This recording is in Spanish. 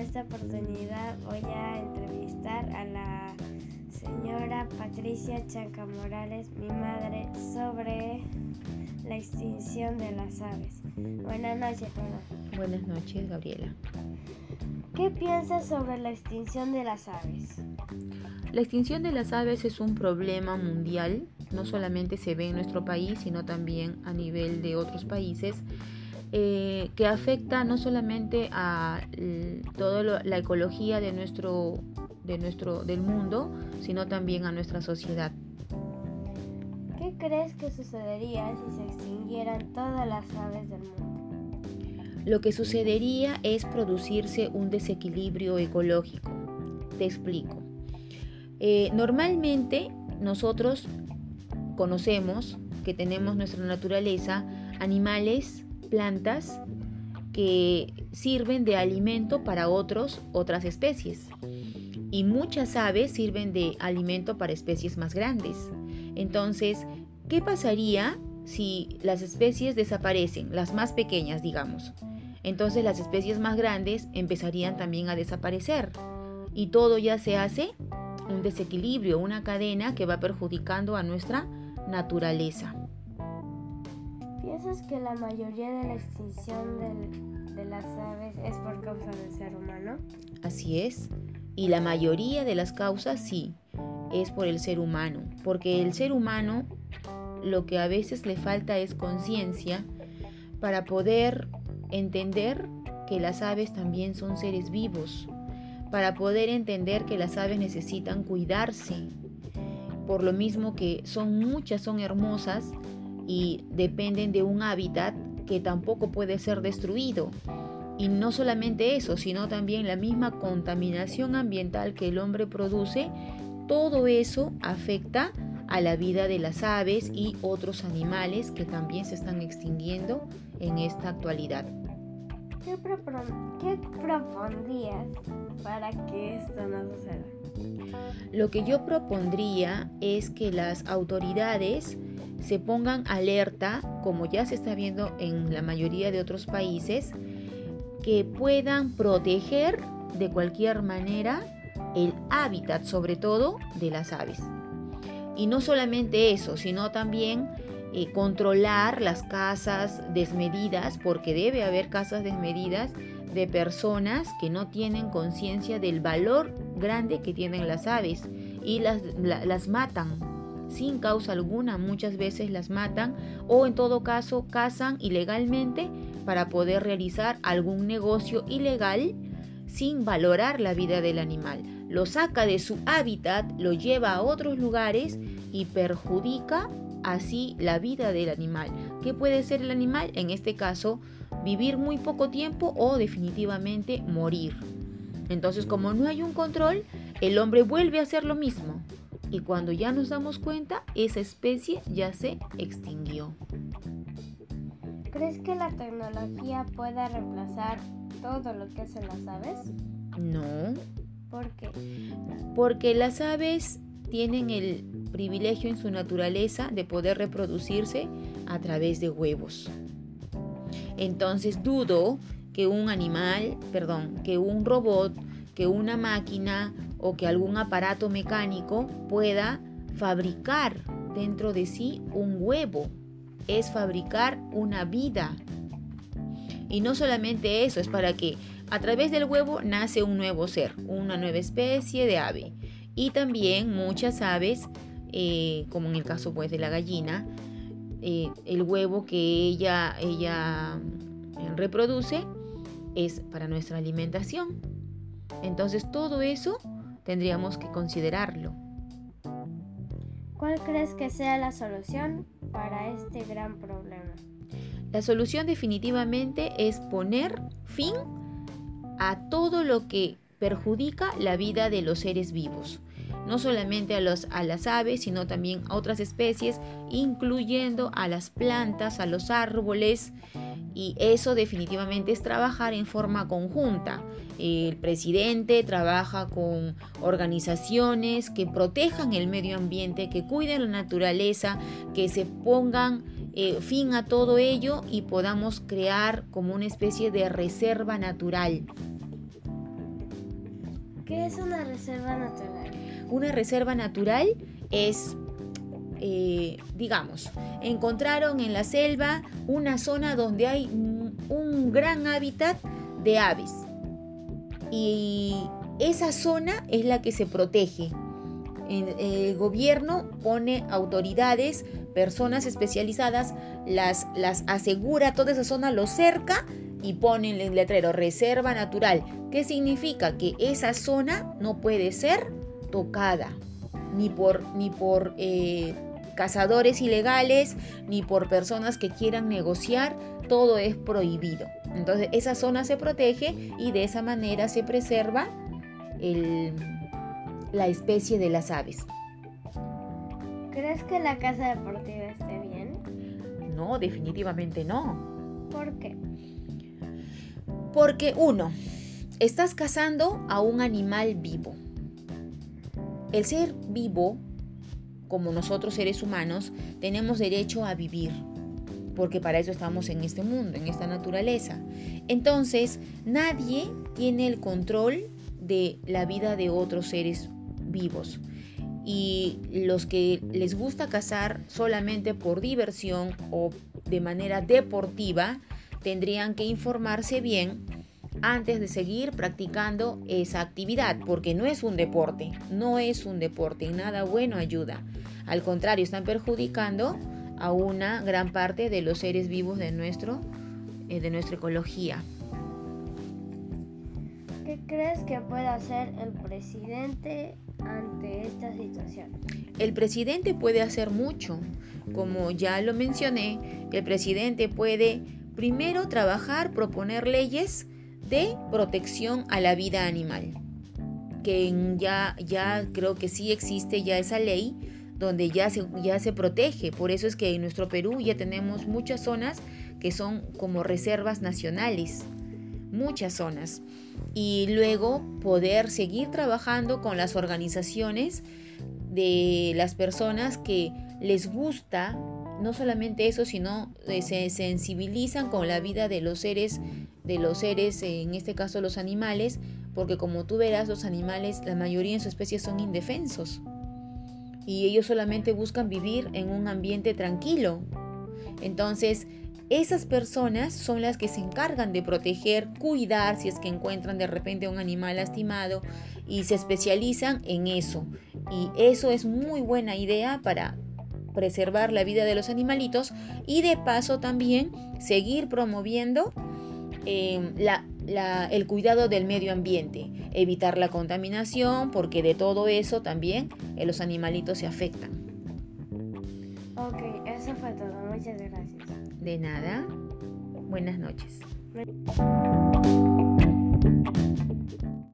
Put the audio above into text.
esta oportunidad voy a entrevistar a la señora Patricia Chanca Morales, mi madre, sobre la extinción de las aves. Buenas noches, mamá. Buenas noches, Gabriela. ¿Qué piensas sobre la extinción de las aves? La extinción de las aves es un problema mundial. No solamente se ve en nuestro país, sino también a nivel de otros países, que afecta no solamente a toda la ecología del mundo, sino también a nuestra sociedad. ¿Qué crees que sucedería si se extinguieran todas las aves del mundo? Lo que sucedería es producirse un desequilibrio ecológico. Te explico. Normalmente nosotros conocemos que tenemos nuestra naturaleza, animales, plantas que sirven de alimento para otras especies, y muchas aves sirven de alimento para especies más grandes. Entonces, ¿qué pasaría si las especies desaparecen, las más pequeñas, digamos? Entonces las especies más grandes empezarían también a desaparecer, y todo ya se hace un desequilibrio, una cadena que va perjudicando a nuestra naturaleza. ¿Piensas que la mayoría de la extinción de las aves es por causa del ser humano? Así es, y la mayoría de las causas sí, es por el ser humano, porque el ser humano lo que a veces le falta es conciencia para poder entender que las aves también son seres vivos, para poder entender que las aves necesitan cuidarse, por lo mismo que son hermosas y dependen de un hábitat que tampoco puede ser destruido. Y no solamente eso, sino también la misma contaminación ambiental que el hombre produce, todo eso afecta a la vida de las aves y otros animales que también se están extinguiendo en esta actualidad. ¿Qué propondrías para que esto no suceda? Lo que yo propondría es que las autoridades se pongan alerta, como ya se está viendo en la mayoría de otros países, que puedan proteger de cualquier manera el hábitat, sobre todo de las aves. Y no solamente eso, sino también controlar las cazas desmedidas, porque debe haber cazas desmedidas de personas que no tienen conciencia del valor grande que tienen las aves y las matan sin causa alguna. Muchas veces las matan, o en todo caso cazan ilegalmente para poder realizar algún negocio ilegal sin valorar la vida del animal. Lo saca de su hábitat, lo lleva a otros lugares y perjudica así la vida del animal. ¿Qué puede ser el animal? En este caso, vivir muy poco tiempo o definitivamente morir. Entonces, como no hay un control, el hombre vuelve a hacer lo mismo. Y cuando ya nos damos cuenta, esa especie ya se extinguió. ¿Crees que la tecnología pueda reemplazar todo lo que hacen las aves? No. ¿Por qué? Porque las aves tienen el privilegio en su naturaleza de poder reproducirse a través de huevos. Entonces dudo que que un robot, que una máquina o que algún aparato mecánico pueda fabricar dentro de sí un huevo. Es fabricar una vida. Y no solamente eso, es para que a través del huevo nace un nuevo ser, una nueva especie de ave. Y también muchas aves, como en el caso pues de la gallina, el huevo que ella reproduce es para nuestra alimentación. Entonces todo eso tendríamos que considerarlo. ¿Cuál crees que sea la solución para este gran problema? La solución definitivamente es poner fin a todo lo que perjudica la vida de los seres vivos. No solamente a las aves, sino también a otras especies, incluyendo a las plantas, a los árboles. Y eso definitivamente es trabajar en forma conjunta. El presidente trabaja con organizaciones que protejan el medio ambiente, que cuiden la naturaleza, que se pongan fin a todo ello y podamos crear como una especie de reserva natural. ¿Qué es una reserva natural? Una reserva natural es, digamos, encontraron en la selva una zona donde hay un gran hábitat de aves. Y esa zona es la que se protege. El gobierno pone autoridades, personas especializadas, las asegura toda esa zona, lo cerca y ponen el letrero reserva natural. ¿Qué significa? Que esa zona no puede ser tocada ni por cazadores ilegales, ni por personas que quieran negociar. Todo es prohibido. Entonces esa zona se protege y de esa manera se preserva la especie de las aves. ¿Crees que la caza deportiva esté bien? No, definitivamente no. ¿Por qué? Porque uno, estás cazando a un animal vivo. El ser vivo, como nosotros seres humanos, tenemos derecho a vivir, porque para eso estamos en este mundo, en esta naturaleza. Entonces, nadie tiene el control de la vida de otros seres vivos. Y los que les gusta cazar solamente por diversión o de manera deportiva, tendrían que informarse bien antes de seguir practicando esa actividad, porque no es un deporte, y nada bueno ayuda. Al contrario, están perjudicando a una gran parte de los seres vivos de nuestra ecología. ¿Qué crees que puede hacer el presidente ante esta situación? El presidente puede hacer mucho. Como ya lo mencioné, el presidente puede primero proponer leyes de protección a la vida animal, que ya creo que sí existe ya esa ley donde ya se protege. Por eso es que en nuestro Perú ya tenemos muchas zonas que son como reservas nacionales, muchas zonas. Y luego poder seguir trabajando con las organizaciones de las personas que les gusta, no solamente eso, sino se sensibilizan con la vida de los seres, en este caso los animales, porque como tú verás, los animales, la mayoría en su especie son indefensos y ellos solamente buscan vivir en un ambiente tranquilo. Entonces, esas personas son las que se encargan de proteger, cuidar si es que encuentran de repente un animal lastimado y se especializan en eso. Y eso es muy buena idea para preservar la vida de los animalitos y de paso también seguir promoviendo el cuidado del medio ambiente, evitar la contaminación, porque de todo eso también los animalitos se afectan. Ok, eso fue todo. Muchas gracias. De nada. Buenas noches.